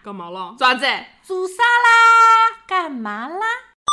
干嘛了？爪子， 做啥啦？干嘛啦？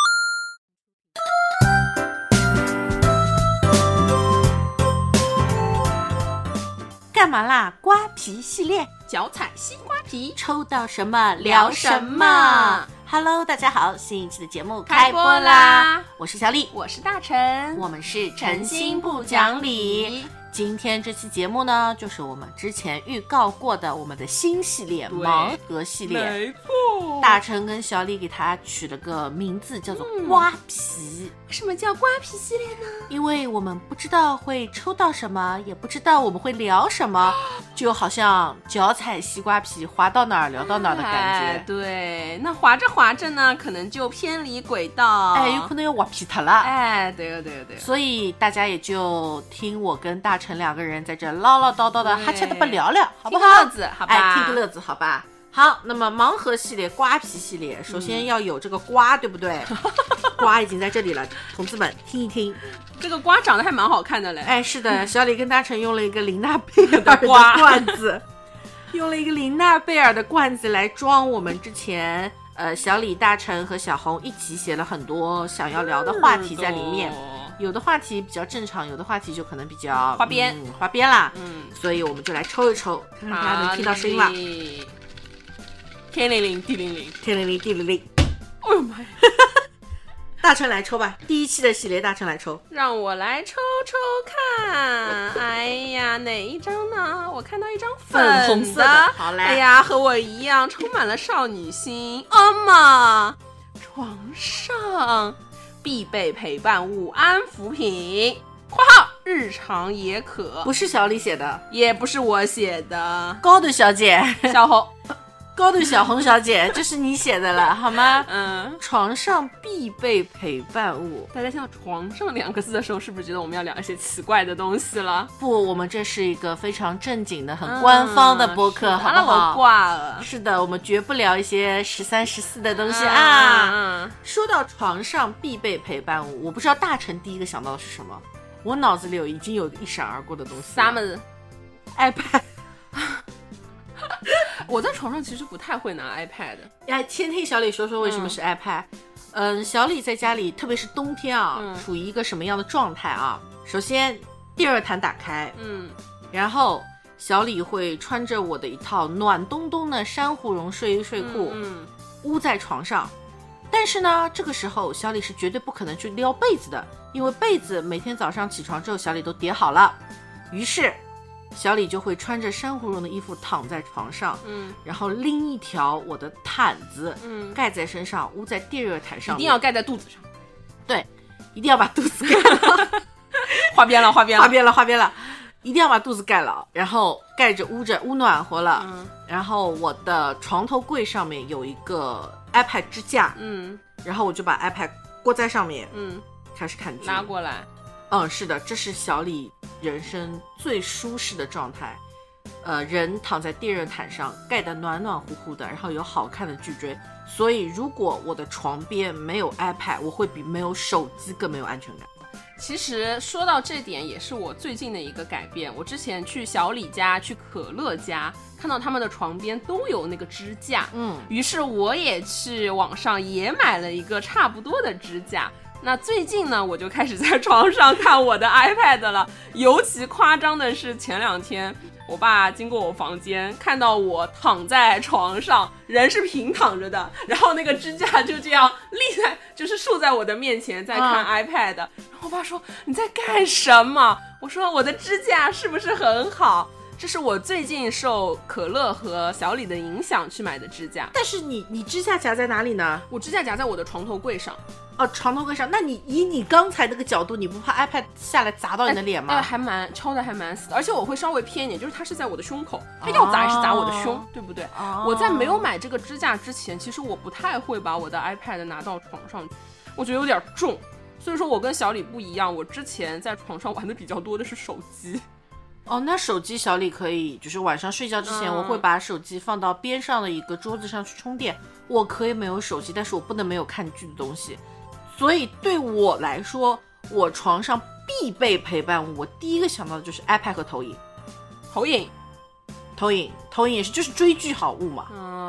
干嘛啦？瓜皮系列， 脚踩西瓜皮， 抽到什么聊什么。Hello， 大家好，新一期的节目开播啦！我是小李， 我是大陈， 我们是诚心不讲理。今天这期节目呢，就是我们之前预告过的我们的新系列盲盒系列。 没错， 大陈跟小李给它取了个名字，叫做瓜皮。 为什么叫瓜皮系列呢？ 因为我们不知道会抽到什么，也不知道我们会聊什么，就好像脚踩西瓜皮，滑到哪儿聊到哪儿的感觉。 对，那滑着滑着呢，可能就偏离轨道， 有可能要滑皮它了。 对了。 所以大家也就听我跟大陈两个人在这唠唠叨叨的，哈切的不聊聊，好不好？ 听个乐子，好吧？ 听个乐子，好吧？好，那么盲盒系列、瓜皮系列，首先要有这个瓜，对不对？瓜已经在这里了，同志们听一听。 这个瓜长得还蛮好看的嘞。 是的，小李跟大陈用了一个琳娜贝尔的罐子，用了一个琳娜贝尔的罐子来装我们之前小李、大陈和小红一起写了很多想要聊的话题在里面。有的话题比较正常，有的话题就可能比较花边啦。所以我们就来抽一抽，看看大家能听到声音了。 天灵灵地灵灵， 天灵灵地灵灵。 哎呦妈呀！ 大陈来抽吧，第一期的系列大陈来抽。 让我来抽抽看。哎呀，哪一张呢？我看到一张粉红色的。好嘞。 哎呀，和我一样充满了少女心。妈，床上必备陪伴物安抚品（括号日常也可）。 不是小李写的， 也不是我写的。 高度小姐， 小红。 高度小红小姐，这是你写的了，好吗？床上必备陪伴物。 大家听到床上两个字的时候，是不是觉得我们要聊一些奇怪的东西了？ 不，我们这是一个非常正经的、很官方的播客，好不好？ 我挂了。 是的，我们绝不聊一些13、14的东西说到床上必备陪伴物，我不知道大陈第一个想到的是什么，我脑子里已经有一闪而过的东西。 啥么子 ？iPad。 我在床上其实不太会拿 iPad。 先听小李说说为什么是 iPad。小李在家里，特别是冬天处于一个什么样的状态啊？首先，电热毯打开，然后小李会穿着我的一套暖冬冬的珊瑚绒睡衣睡裤，捂在床上。但是呢，这个时候小李是绝对不可能去撩被子的，因为被子每天早上起床之后小李都叠好了。于是小李就会穿着珊瑚绒的衣服躺在床上，然后拎一条我的毯子，盖在身上，捂在电热毯上面， 一定要盖在肚子上。 对，一定要把肚子盖了。 花边了， 一定要把肚子盖了，然后盖着捂着，捂暖和了。然后我的床头柜上面有一个 iPad 支架，然后我就把 iPad 挂在上面，开始看剧。 拉过来。 是的，这是小李人生最舒适的状态。人躺在电热毯上，盖得暖暖乎乎的，然后有好看的剧追。所以如果我的床边没有 iPad， 我会比没有手机更没有安全感。 其实说到这点，也是我最近的一个改变。我之前去小李家、去可乐家，看到他们的床边都有那个支架，于是我也去网上也买了一个差不多的支架。那最近呢，我就开始在床上看我的 iPad 了。尤其夸张的是前2天，我爸经过我房间，看到我躺在床上，人是平躺着的，然后那个支架就这样立在，就是竖在我的面前，在看 iPad。然后我爸说：“你在干什么？”我说：“我的支架是不是很好？”这是我最近受可乐和小李的影响去买的支架。 但是你支架夹在哪里呢？ 我支架夹在我的床头柜上。 床头柜上，那你以你刚才那个角度，你不怕 iPad 下来砸到你的脸吗？ 敲的还蛮死的，而且我会稍微偏一点，就是它是在我的胸口，它要砸还是砸我的胸，对不对？我在没有买这个支架之前，其实我不太会把我的 iPad 拿到床上去，我觉得有点重。所以说我跟小李不一样，我之前在床上玩的比较多的是手机。 那手机小李可以，就是晚上睡觉之前，我会把手机放到边上的一个桌子上去充电。我可以没有手机，但是我不能没有看剧的东西。所以对我来说，我床上必备陪伴物，我第一个想到的就是 iPad 和投影。投影也是，就是追剧好物嘛。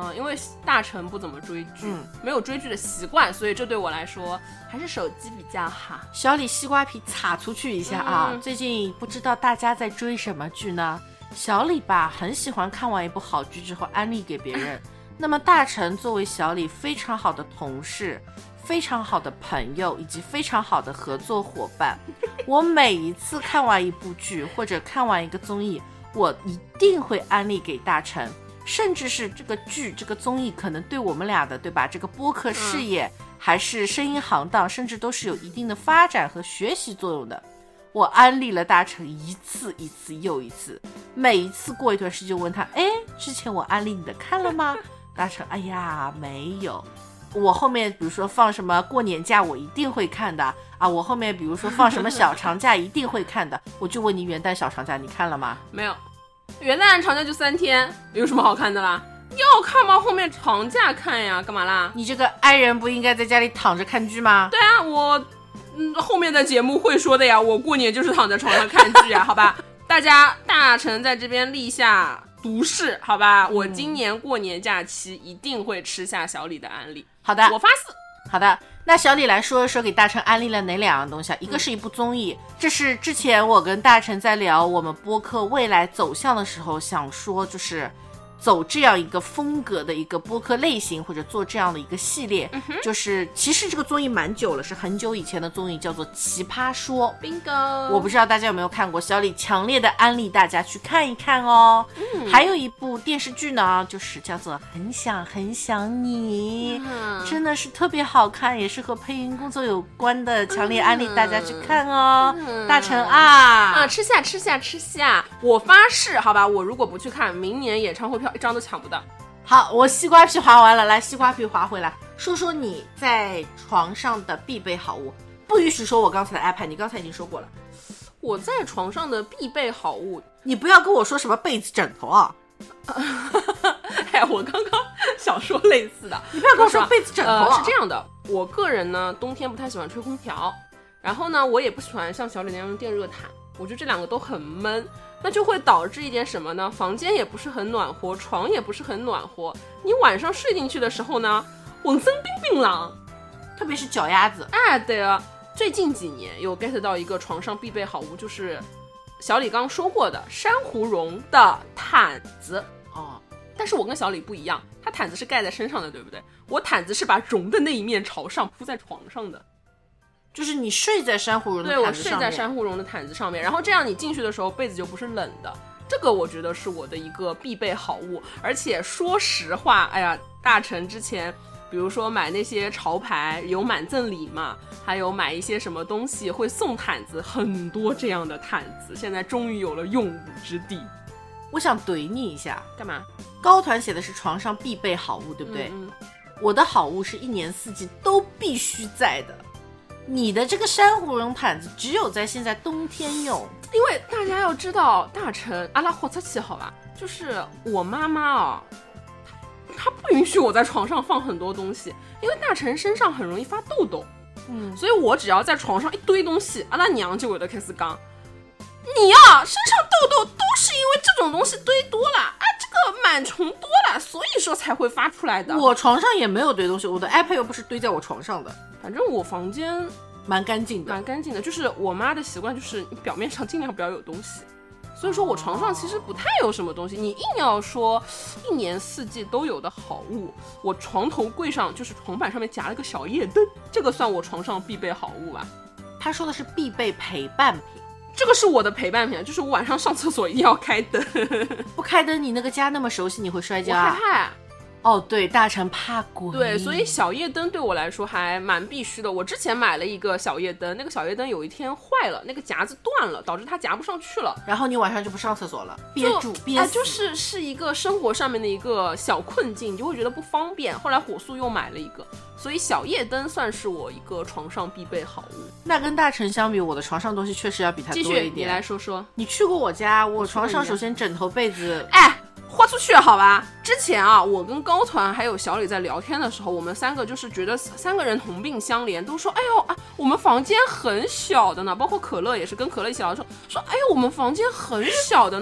因为大成不怎么追剧，没有追剧的习惯，所以这对我来说还是手机比较好。 小李西瓜皮擦出去一下啊！最近不知道大家在追什么剧呢？小李吧很喜欢看完一部好剧之后安利给别人，那么大成作为小李非常好的同事、非常好的朋友以及非常好的合作伙伴，我每一次看完一部剧或者看完一个综艺，我一定会安利给大成，甚至是这个剧这个综艺可能对我们俩的对吧这个播客事业还是声音行当甚至都是有一定的发展和学习作用的。我安利了大成一次一次又一次，每一次过一段时间就问他，之前我安利你的看了吗？大成哎呀没有。我后面比如说放什么过年假我一定会看的啊，我后面比如说放什么小长假一定会看的。我就问你元旦小长假你看了吗？ 没有，元旦长假就3天，有什么好看的啦？要看吗？后面长假看呀，干嘛啦？ 你这个爱人不应该在家里躺着看剧吗？ 对啊，我后面的节目会说的呀，我过年就是躺在床上看剧呀，好吧？大家大成在这边立下毒誓，好吧？我今年过年假期一定会吃下小李的安利。 好的， 我发誓。 好的，那小李来说给大成安利了哪2样东西啊？一个是一部综艺，这是之前我跟大成在聊我们播客未来走向的时候想说，就是走这样一个风格的一个播客类型，或者做这样的一个系列，就是其实这个综艺蛮久了，是很久以前的综艺，叫做奇葩说 Bingo。 我不知道大家有没有看过，小李强烈的安利大家去看一看哦。还有一部电视剧呢，就是叫做很想很想你，真的是特别好看，也是和配音工作有关的，强烈安利大家去看哦。大成啊， 吃下吃下吃下，我发誓好吧，我如果不去看，明年演唱会票一张都抢不到。 好，我西瓜皮划完了，来西瓜皮划回来，说说你在床上的必备好物。不允许说我刚才的 iPad， 你刚才已经说过了。 我在床上的必备好物， 你不要跟我说什么被子枕头啊。 哎，我刚刚想说类似的， 你不要跟我说被子枕头啊。 是这样的，我个人呢冬天不太喜欢吹空调，然后呢我也不喜欢像小李那样用电热毯，我觉得这2个都很闷，那就会导致一点什么呢？房间也不是很暖和，床也不是很暖和，你晚上睡进去的时候呢，浑身冰冰冷， 特别是脚丫子。 哎，对啊，最近几年有 get 到一个床上必备好物，就是小李刚刚说过的珊瑚绒的毯子。但是我跟小李不一样，他毯子是盖在身上的，对不对？我毯子是把绒的那一面朝上铺在床上的。 就是你睡在珊瑚绒的毯子上面。 对，我睡在珊瑚绒的毯子上面，然后这样你进去的时候被子就不是冷的，这个我觉得是我的一个必备好物。而且说实话，哎呀，大成之前比如说买那些潮牌有满赠礼嘛，还有买一些什么东西会送毯子，很多这样的毯子现在终于有了用武之地。 我想怼你一下。 干嘛？ 高团写的是床上必备好物，对不对？我的好物是一年四季都必须在的，你的这个珊瑚绒毯子只有在现在冬天用。 因为大家要知道，大成阿拉霍特奇好吧，就是我妈妈啊，她不允许我在床上放很多东西，因为大成身上很容易发痘痘，所以我只要在床上一堆东西，阿拉娘就有的开始讲，你啊身上痘痘都是因为这种东西堆多了啊，这个螨虫多了，所以说才会发出来的。 我床上也没有堆东西，我的 iPad 又不是堆在我床上的， 反正我房间蛮干净的， 就是我妈的习惯就是你表面上尽量不要有东西，所以说我床上其实不太有什么东西。你硬要说一年四季都有的好物，我床头柜上就是床板上面夹了个小夜灯，这个算我床上必备好物吧。 他说的是必备陪伴品， 这个是我的陪伴品，就是我晚上上厕所一定要开灯， 不开灯你那个家那么熟悉，你会摔跤啊？我害怕。 哦，对，大成怕鬼。 对，所以小夜灯对我来说还蛮必须的。我之前买了一个小夜灯，那个小夜灯有一天坏了，那个夹子断了，导致它夹不上去了。 然后你晚上就不上厕所了，憋住憋死。 就是一个生活上面的一个小困境，你就会觉得不方便。后来火速又买了一个，所以小夜灯算是我一个床上必备好物。 那跟大成相比，我的床上东西确实要比他多一点。 继续，你来说说。 你去过我家，我床上首先枕头被子， 豁出去好吧。之前啊，我跟高团还有小李在聊天的时候，我们三个就是觉得三个人同病相怜，都说哎呦啊，我们房间很小的呢。包括可乐也是跟可乐一起聊的时候说，哎呦我们房间很小的呢。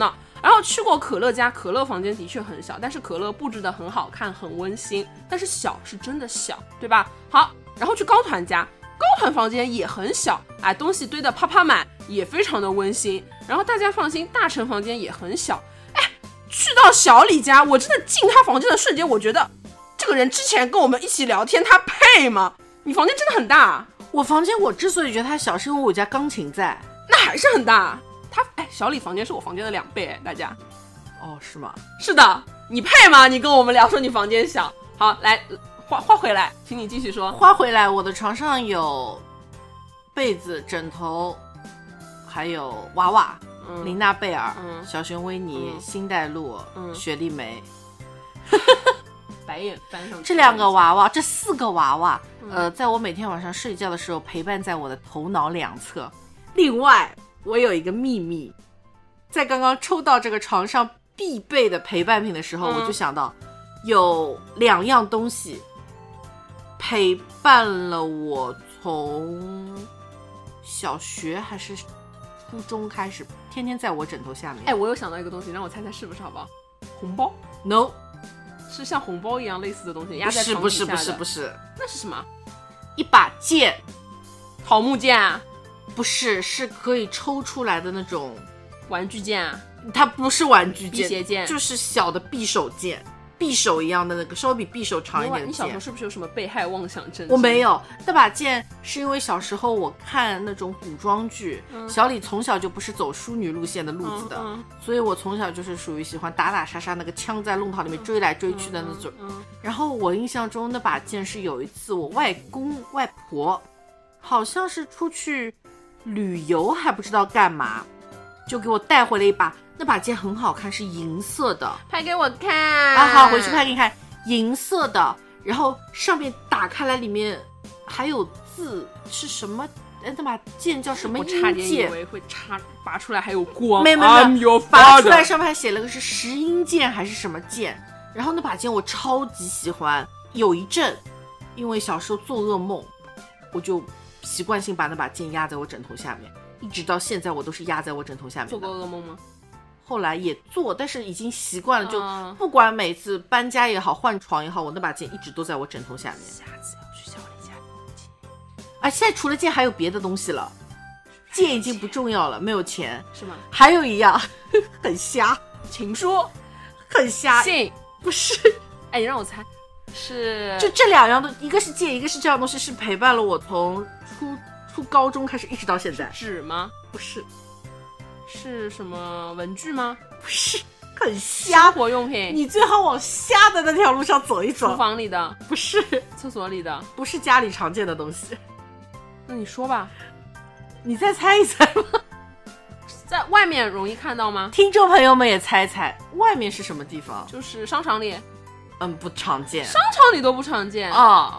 然后去过可乐家，可乐房间的确很小，但是可乐布置的很好看，很温馨，但是小是真的小，对吧？好，然后去高团家，高团房间也很小，哎，东西堆得啪啪满，也非常的温馨。然后大家放心，大成房间也很小，哎，去到小李家，我真的进他房间的瞬间，我觉得这个人之前跟我们一起聊天，他配吗？你房间真的很大。 我房间我之所以觉得它小，是因为我家钢琴在， 那还是很大。小李房间是我房间的2倍，哎，大家。 哦，是吗？ 是的，你配吗？你跟我们聊说你房间小。好，来画回来，请你继续说。 画回来，我的床上有被子、枕头，还有娃娃，琳娜贝尔、小熊维尼、辛黛露、雪莉梅。 白眼翻上去。 这2个娃娃，这4个娃娃，在我每天晚上睡觉的时候陪伴在我的头脑两侧。另外，我有一个秘密，在刚刚抽到这个床上必备的陪伴品的时候，我就想到有2样东西陪伴了我从小学还是初中开始，天天在我枕头下面。 哎，我有想到一个东西，让我猜猜是不是好不好？红包 ？No， 是像红包一样类似的东西，压在床底下的。 不是， 那是什么？ 一把剑， 桃木剑啊？ 不是，是可以抽出来的那种玩具剑啊？ 它不是玩具剑， 辟邪剑， 就是小的匕首剑，匕首一样的那个，稍微比匕首长一点的剑。 你小时候是不是有什么被害妄想症？ 我没有，那把剑是因为小时候我看那种古装剧，小李从小就不是走淑女路线的路子的，所以我从小就是属于喜欢打打杀杀，那个枪在弄堂里面追来追去的那种。然后我印象中那把剑是有一次我外公外婆好像是出去旅游还不知道干嘛，就给我带回了一把，那把剑很好看，是银色的， 拍给我看啊！好，回去拍给你看，银色的，然后上面打开来，里面还有字，是什么？那把剑叫什么？ 我差点以为会拔出来还有光， 没，拔出来上面还写了个是石英剑还是什么剑？然后那把剑我超级喜欢，有一阵因为小时候做噩梦，我就习惯性把那把剑压在我枕头下面，一直到现在我都是压在我枕头下面的。 做过噩梦吗？ 后来也做，但是已经习惯了，就不管每次搬家也好换床也好，我那把剑一直都在我枕头下面。 下次要去小李家啊，现在除了剑还有别的东西了，剑已经不重要了，没有钱是吗？ 还有一样很瞎， 情书， 很瞎， 信不是？ 哎，你让我猜，是就这2样的，一个是剑，一个是这样东西，是陪伴了我从初高中开始一直到现在。 纸吗？ 不是。 是什么文具吗？ 不是，很瞎。 生活用品。 你最好往瞎的那条路上走一走。 厨房里的？ 不是。 厕所里的？ 不是家里常见的东西。 那你说吧， 你再猜一猜吧。 在外面容易看到吗？ 听众朋友们也猜猜，外面是什么地方？ 就是商场里。 不常见。 商场里都不常见啊。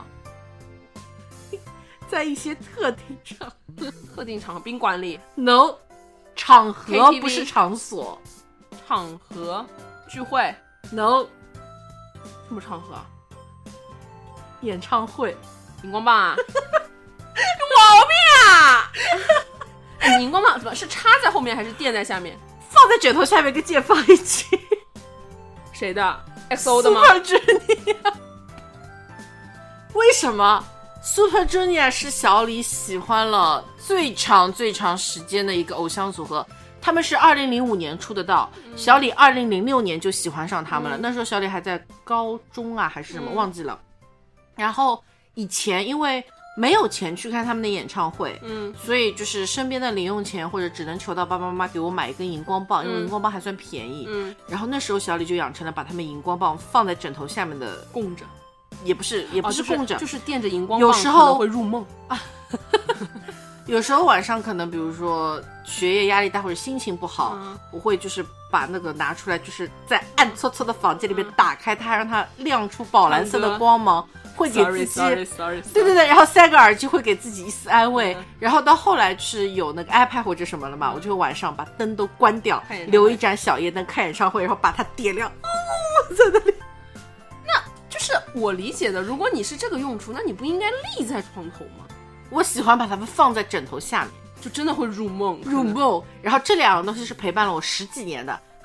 在一些特定场合， 宾馆里 ，no， 场合 KTV 不是场所， 场合聚会 ，no， 什么场合？ 演唱会， 荧光棒啊，有毛病啊！哎，荧光棒怎么是插在后面还是垫在下面？ 放在枕头下面跟键放一起。 谁的 ？XO 的吗 ？Super Junior。为什么？ Super Junior 是小李喜欢了最长时间的一个偶像组合，他们是2005年出的道，小李2006年就喜欢上他们了，那时候小李还在高中啊还是什么忘记了。然后以前因为没有钱去看他们的演唱会，所以就是身边的零用钱或者只能求到爸爸妈妈给我买一根荧光棒，因为荧光棒还算便宜。然后那时候小李就养成了把他们荧光棒放在枕头下面的供着。 也不是供着， 就是垫着荧光棒， 有时候会入梦啊。 有时候晚上可能比如说学业压力大或者心情不好，我会就是把那个拿出来，就是在暗搓搓的房间里面打开它，让它亮出宝蓝色的光芒，会给自己对，然后塞个耳机会给自己一丝安慰。然后到后来是有那个 iPad 或者什么了嘛，我就晚上把灯都关掉，留一盏小夜灯看演唱会，然后把它点亮，在那里。 就是我理解的，如果你是这个用处，那你不应该立在床头吗？ 我喜欢把它们放在枕头下面， 就真的会入梦。 然后这2样东西是陪伴了我10几年的，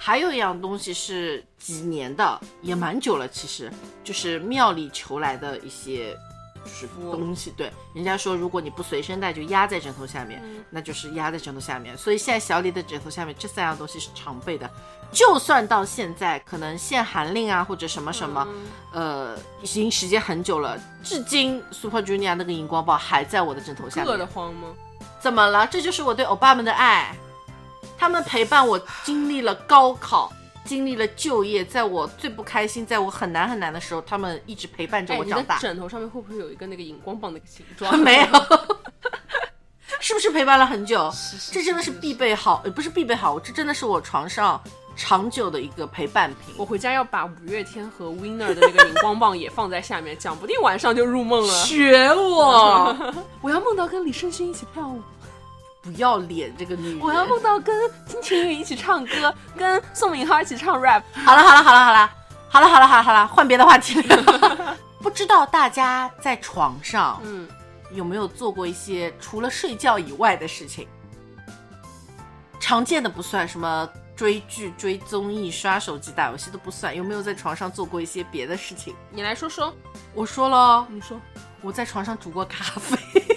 还有一样东西是几年的，也蛮久了，其实就是庙里求来的一些就是东西。对，人家说如果你不随身带就压在枕头下面，那就是压在枕头下面。所以现在小李的枕头下面这3样东西是常备的，就算到现在可能限韩令啊或者什么什么，已经时间很久了，至今 Super Junior 那个荧光棒还在我的枕头下面。 硌得慌吗？ 怎么了？这就是我对欧巴们的爱，他们陪伴我经历了高考，经历了就业，在我最不开心，在我很难很难的时候，他们一直陪伴着我长大。 你的枕头上面会不会有一个那个荧光棒那个形状？ 没有。是不是陪伴了很久？ 是这真的是必备好，不是必备好，这真的是我床上长久的一个陪伴品。 我回家要把五月天和 Winner 的那个荧光棒也放在下面，讲不定晚上就入梦了。 学我， 我要梦到跟李圣勋一起跳舞。 不要脸这个女人！ 我要梦到跟金晨宇一起唱歌，跟宋敏浩一起唱 rap。 好了，换别的话题了。不知道大家在床上，有没有做过一些除了睡觉以外的事情？常见的不算，什么追剧、追综艺、刷手机、打游戏都不算。有没有在床上做过一些别的事情？ 你来说说。 我说了， 你说。 我在床上煮过咖啡。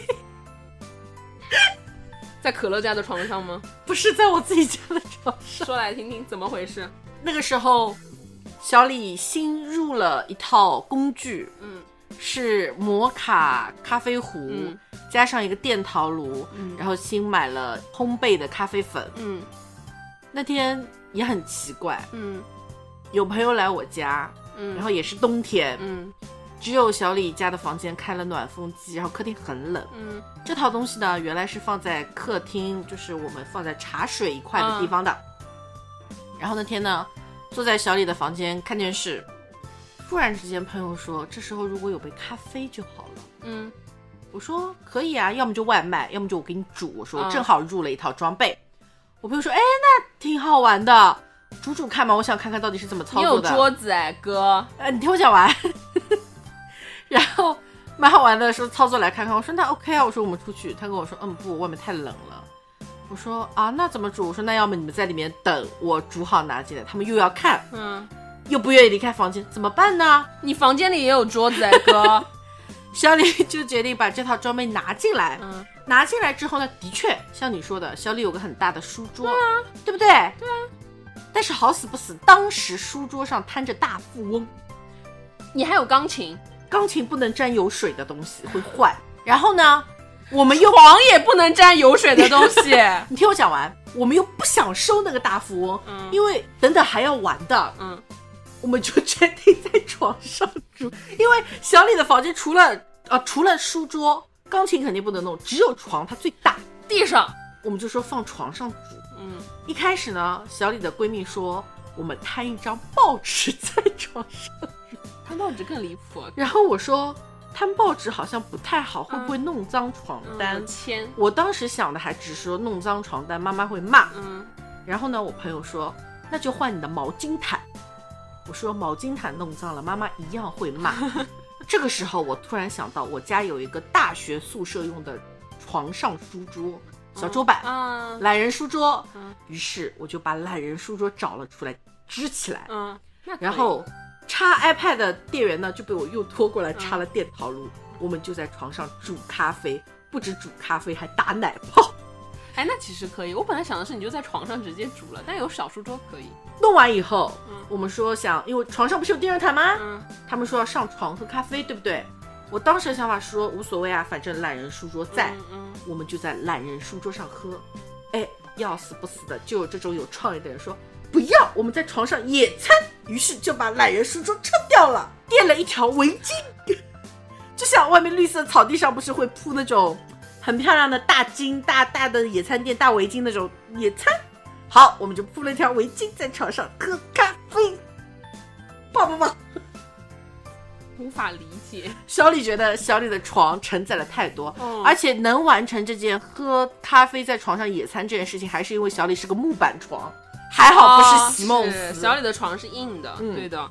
在可乐家的床上吗？ 不是，在我自己家的床上。 说来听听，怎么回事？ 那个时候，小李新入了一套工具，是摩卡咖啡壶，加上一个电陶炉，然后新买了烘焙的咖啡粉。那天也很奇怪，有朋友来我家，然后也是冬天，只有小李家的房间开了暖风机，然后客厅很冷。这套东西呢，原来是放在客厅，就是我们放在茶水一块的地方的。然后那天呢，坐在小李的房间看电视，突然之间朋友说，这时候如果有杯咖啡就好了。我说可以啊，要么就外卖，要么就我给你煮。我说我正好入了一套装备。我朋友说，哎，那挺好玩的，煮看嘛，我想看看到底是怎么操作的。 你有桌子哎，哥。 你听我讲完。然后蛮好玩的，说操作来看看。我说那 OK 啊，我说我们出去。他跟我说不，外面太冷了。我说啊，那怎么煮？我说那要么你们在里面等我煮好拿进来。他们又要看，又不愿意离开房间，怎么办呢？ 你房间里也有桌子哎，哥。 小李就决定把这套装备拿进来。拿进来之后呢，的确像你说的，小李有个很大的书桌，对不对？ 对啊。 但是好死不死，当时书桌上摊着大富翁。 你还有钢琴。 钢琴不能沾有水的东西会坏，然后呢，我们又床也不能沾有水的东西。 你听我讲完，我们又不想收那个大富翁，因为等等还要玩的，我们就决定在床上煮。因为小李的房间除了书桌，钢琴肯定不能弄，只有床，它最大， 地上， 我们就说放床上煮。一开始呢，小李的闺蜜说，我们摊一张报纸在床上。 摊报纸更离谱。 然后我说摊报纸好像不太好，会不会弄脏床单？我当时想的还只是说弄脏床单妈妈会骂。然后呢，我朋友说那就换你的毛巾毯。我说毛巾毯弄脏了妈妈一样会骂。这个时候我突然想到，我家有一个大学宿舍用的床上书桌，小桌板，懒人书桌。于是我就把懒人书桌找了出来支起来。然后插 iPad 的电源呢，就被我又拖过来插了电陶炉。我们就在床上煮咖啡，不止煮咖啡，还打奶泡。 哎，那其实可以。我本来想的是你就在床上直接煮了，但有小书桌可以。 弄完以后，我们说因为床上不是有电热毯吗？他们说要上床喝咖啡，对不对？我当时的想法是说无所谓啊，反正懒人书桌在，我们就在懒人书桌上喝。哎，要死不死的，就有这种有创意的人说不要，我们在床上野餐。于是就把懒人书桌撤掉了，垫了一条围巾，就像外面绿色草地上不是会铺那种很漂亮的大巾、大的野餐垫、大围巾那种野餐。好，我们就铺了一条围巾在床上喝咖啡，棒。 无法理解。 小李觉得小李的床承载了太多，而且能完成这件喝咖啡在床上野餐这件事情，还是因为小李是个木板床。还好不是席梦思， 小李的床是硬的，对的。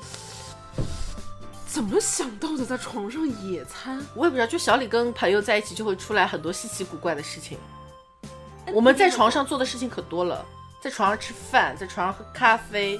怎么想到的在床上野餐？ 我也不知道，就小李跟朋友在一起就会出来很多稀奇古怪的事情。我们在床上做的事情可多了， 在床上吃饭，在床上喝咖啡，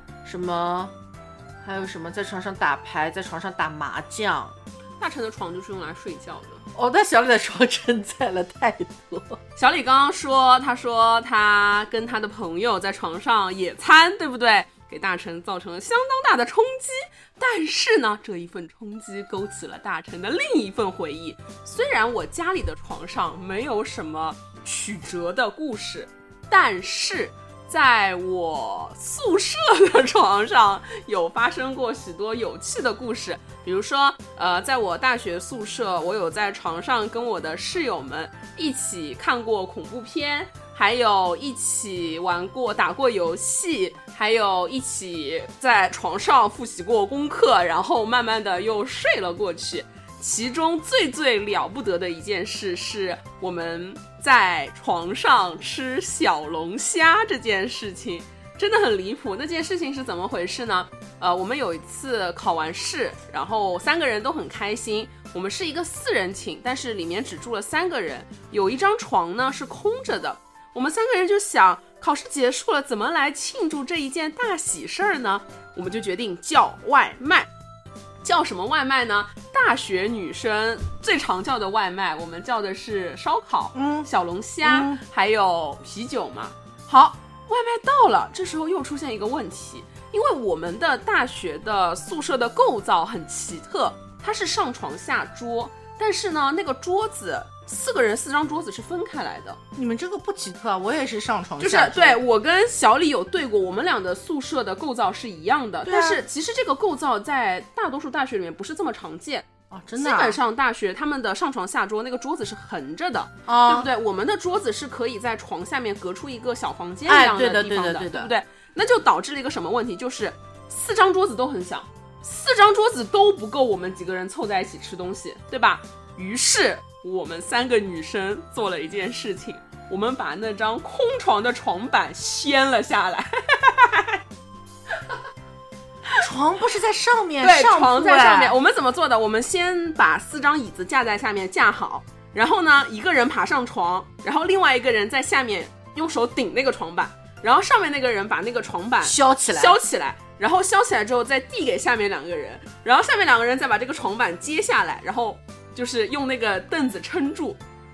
还有什么在床上打牌，在床上打麻将。 大成的床就是用来睡觉的。 那小李的床承载了太多。 小李刚刚说，他说他跟他的朋友在床上野餐，对不对？给大成造成了相当大的冲击。但是呢，这一份冲击勾起了大成的另一份回忆。虽然我家里的床上没有什么曲折的故事，但是在我宿舍的床上有发生过许多有趣的故事。比如说在我大学宿舍，我有在床上跟我的室友们一起看过恐怖片，还有一起打过游戏，还有一起在床上复习过功课，然后慢慢的又睡了过去。其中最了不得的一件事是我们在床上吃小龙虾这件事情，真的很离谱。那件事情是怎么回事呢？我们有一次考完试，然后3个人都很开心。我们是一个4人寝，但是里面只住了3个人，有一张床呢是空着的。我们3个人就想，考试结束了，怎么来庆祝这一件大喜事儿呢？我们就决定叫外卖。叫什么外卖呢？大学女生最常叫的外卖，我们叫的是烧烤、小龙虾，还有啤酒嘛。好，外卖到了，这时候又出现一个问题，因为我们的大学的宿舍的构造很奇特，它是上床下桌，但是呢，那个桌子4个人4张桌子是分开来的。 你们这个不奇特啊，我也是上床下桌。 就是对，我跟小李有对过，我们俩的宿舍的构造是一样的，但是其实这个构造在大多数大学里面不是这么常见。 真的基本上大学他们的上床下桌那个桌子是横着的，对不对？我们的桌子是可以在床下面隔出一个小房间一样的地方的，对不对？那就导致了一个什么问题，就是4张桌子都很小，4张桌子都不够我们几个人凑在一起吃东西，对吧？于是我们3个女生做了一件事情，我们把那张空床的床板掀了下来。 床不是在上面？ 对，床在上面。我们怎么做的？我们先把4张椅子架在下面架好，然后呢，一个人爬上床，然后另外一个人在下面用手顶那个床板，然后上面那个人把那个床板削起来， 然后削起来之后再递给下面2个人，然后下面2个人再把这个床板接下来，然后就是用那个凳子撑住。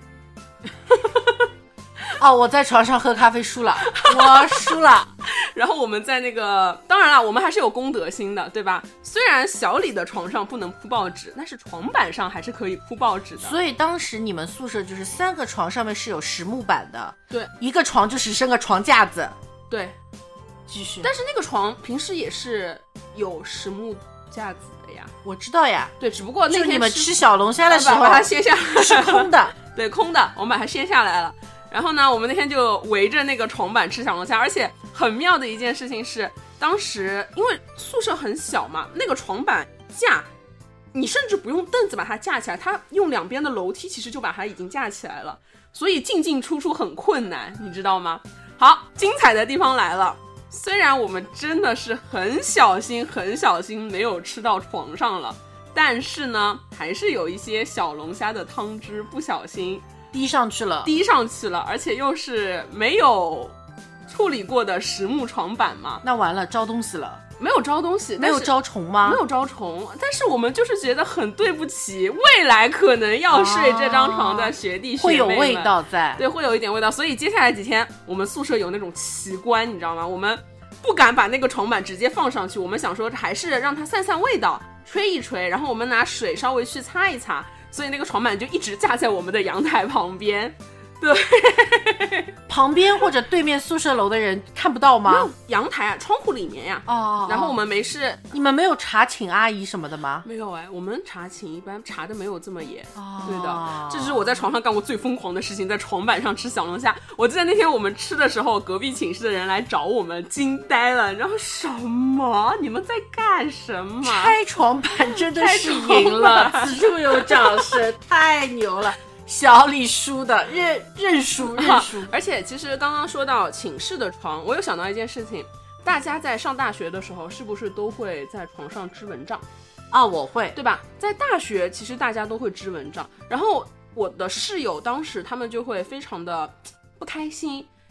我在床上喝咖啡输了，我输了。 然后我们在那个，当然了，我们还是有公德心的，对吧？虽然小李的床上不能铺报纸，但是床板上还是可以铺报纸的。 所以当时你们宿舍就是3个床上面是有实木板的， 对， 一个床就只剩个床架子。 对， 继续。 但是那个床平时也是有实木架子的呀。 我知道呀， 对，只不过那天你们吃小龙虾的时候把它掀下来是空的。 对，空的，我们把它掀下来了。然后呢，我们那天就围着那个床板吃小龙虾，而且很妙的一件事情是，当时因为宿舍很小嘛，那个床板架，你甚至不用凳子把它架起来，它用2边的楼梯其实就把它已经架起来了，所以进进出出很困难，你知道吗？好，精彩的地方来了。虽然我们真的是很小心没有吃到床上了，但是呢，还是有一些小龙虾的汤汁不小心滴上去了， 而且又是没有处理过的实木床板嘛。 那完了，招东西了。 没有招东西， 没有招虫吗？ 没有招虫，但是我们就是觉得很对不起未来可能要睡这张床的学弟学妹们， 会有味道在。 对，会有一点味道。所以接下来几天我们宿舍有那种奇观，你知道吗？我们不敢把那个床板直接放上去，我们想说还是让它散散味道，吹一吹，然后我们拿水稍微去擦一擦，所以那个床板就一直架在我们的阳台旁边。对， 旁边或者对面宿舍楼的人看不到吗？ 没有阳台啊，窗户里面呀。然后我们没事。 你们没有查寝阿姨什么的吗？ 没有哎，我们查寝一般查的没有这么严。对的，这是我在床上干过最疯狂的事情，在床板上吃小龙虾。我记得那天我们吃的时候，隔壁寝室的人来找我们，惊呆了。然后什么？你们在干什么？ 拆床板真的是赢了，此处有掌声，太牛了。小李输的，认输。 而且其实刚刚说到寝室的床，我有想到一件事情，大家在上大学的时候是不是都会在床上织蚊帐啊？我会， 对吧？在大学其实大家都会织蚊帐，然后我的室友当时他们就会非常的不开心，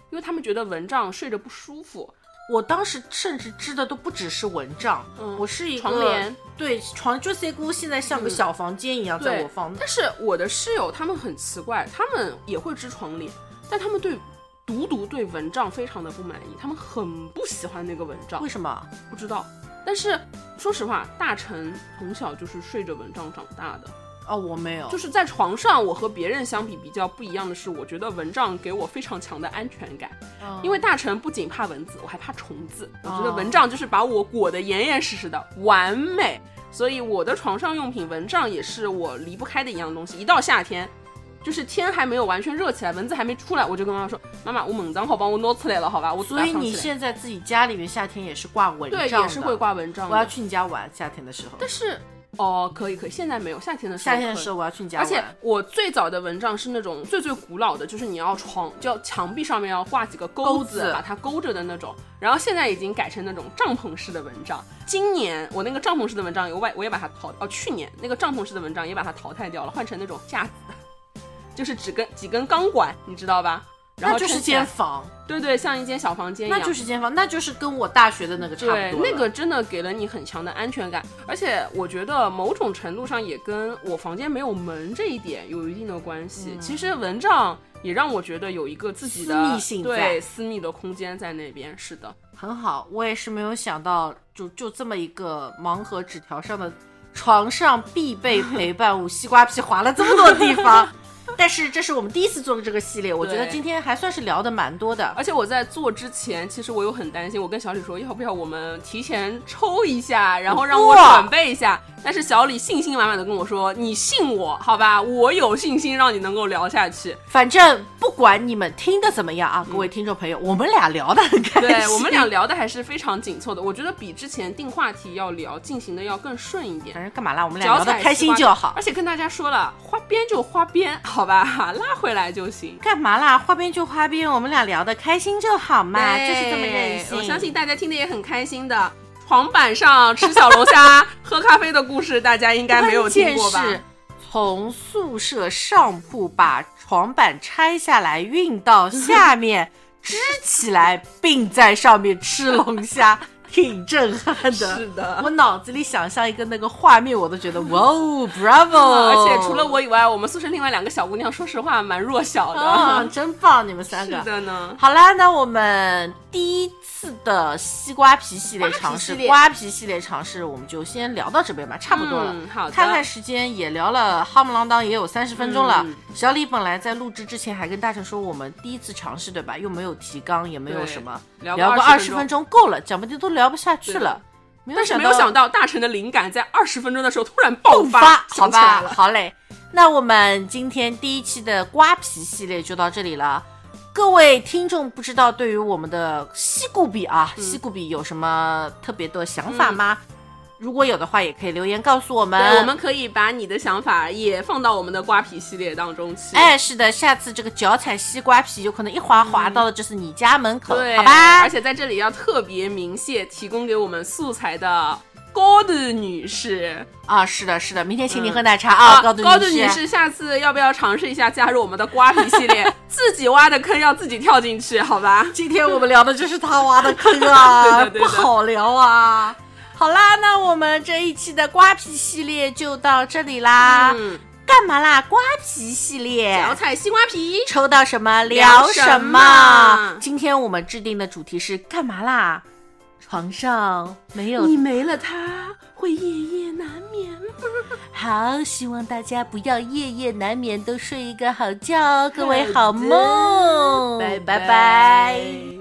因为他们觉得蚊帐睡着不舒服。 我当时甚至织的都不只是蚊帐，我是一个床帘， 对，床就这姑现在像个小房间一样在我房。 但是我的室友他们很奇怪，他们也会织床帘，但他们独对蚊帐非常的不满意，他们很不喜欢那个蚊帐。 为什么？ 不知道。但是说实话，大成从小就是睡着蚊帐长大的。 哦，我没有， 就是在床上，我和别人相比较不一样的是，我觉得蚊帐给我非常强的安全感。因为大成不仅怕蚊子，我还怕虫子。我觉得蚊帐就是把我裹得严严实实的，完美。所以我的床上用品蚊帐也是我离不开的一样东西。一到夏天，就是天还没有完全热起来，蚊子还没出来，我就跟妈妈说：“妈妈，我蚊帐好帮我拿出来了，好吧？” 所以你现在自己家里面夏天也是挂蚊帐的？ 对，也是会挂蚊帐的。 我要去你家玩，夏天的时候。 但是。可以，现在没有，夏天的时候我要去你家玩。 而且我最早的蚊帐是那种最古老的，就是你要墙壁上面要挂几个钩子把它勾着的那种。然后现在已经改成那种帐篷式的蚊帐。今年我那个帐篷式的蚊帐我也把它去年那个帐篷式的蚊帐也把它淘汰掉了，换成那种架子的，就是几根钢管，你知道吧？然后那就是间房， 对，像一间小房间一样。 那就是间房，那就是跟我大学的那个差不多。 对，那个真的给了你很强的安全感，而且我觉得某种程度上也跟我房间没有门这一点有一定的关系。其实蚊帐也让我觉得有一个自己的私密性， 对，私密的空间在那边。是的， 很好。我也是没有想到，就这么一个盲盒纸条上的床上必备陪伴物，西瓜皮划了这么多地方。但是这是我们第一次做这个系列，我觉得今天还算是聊的蛮多的。 而且我在做之前，其实我有很担心，我跟小李说，要不要我们提前抽一下，然后让我准备一下。但是小李信心满满的跟我说，你信我好吧，我有信心让你能够聊下去。 反正不管你们听的怎么样啊，各位听众朋友，我们俩聊得很开心。 对，我们俩聊的还是非常紧凑的，我觉得比之前定话题进行的要更顺一点。 反正干嘛啦，我们俩聊得开心就好。 而且跟大家说了，花边就花边，好吧，拉回来就行。 干嘛啦，花边就花边，我们俩聊得开心就好嘛，就是这么任性。 我相信大家听得也很开心的。床板上吃小龙虾喝咖啡的故事大家应该没有听过吧？ 关键是从宿舍上铺把床板拆下来运到下面支起来并在上面吃龙虾，挺震撼的。 是的， 我脑子里想象一个那个画面，我都觉得哇哦 ，Bravo！ 而且除了我以外，我们宿舍另外2个小姑娘，说实话蛮弱小的。 真棒，你们3个。 是的呢。 好啦，那我们第一次的西瓜皮系列尝试，瓜皮系列尝试，我们就先聊到这边吧，差不多了。 好的。 看看时间也聊了夯不啷当，也有30分钟了。小李本来在录制之前还跟大成说，我们第一次尝试，对吧？又没有提纲，也没有什么，聊个20分钟够了，讲不定都聊不下去了。 但是没有想到大成的灵感在20分钟的时候突然爆发， 好吧，好嘞。那我们今天第一期的瓜皮系列就到这里了。各位听众，不知道对于我们的西固比西固比有什么特别的想法吗？如果有的话，也可以留言告诉我们。 对，我们可以把你的想法也放到我们的瓜皮系列当中去。 是的，下次这个脚踩西瓜皮，有可能一滑到的就是你家门口， 对， 好吧？ 而且在这里要特别鸣谢提供给我们素材的高度女士是的，明天请你喝奶茶高度女士，下次要不要尝试一下加入我们的瓜皮系列？自己挖的坑要自己跳进去，好吧？ 今天我们聊的就是他挖的坑啊，对不好聊啊。好啦，那我们这一期的瓜皮系列就到这里啦。干嘛啦？瓜皮系列， 脚踩西瓜皮， 抽到什么聊什么。今天我们制定的主题是干嘛啦？床上没有你，没了他会夜夜难眠。 好，希望大家不要夜夜难眠，都睡一个好觉，各位好梦， 拜拜。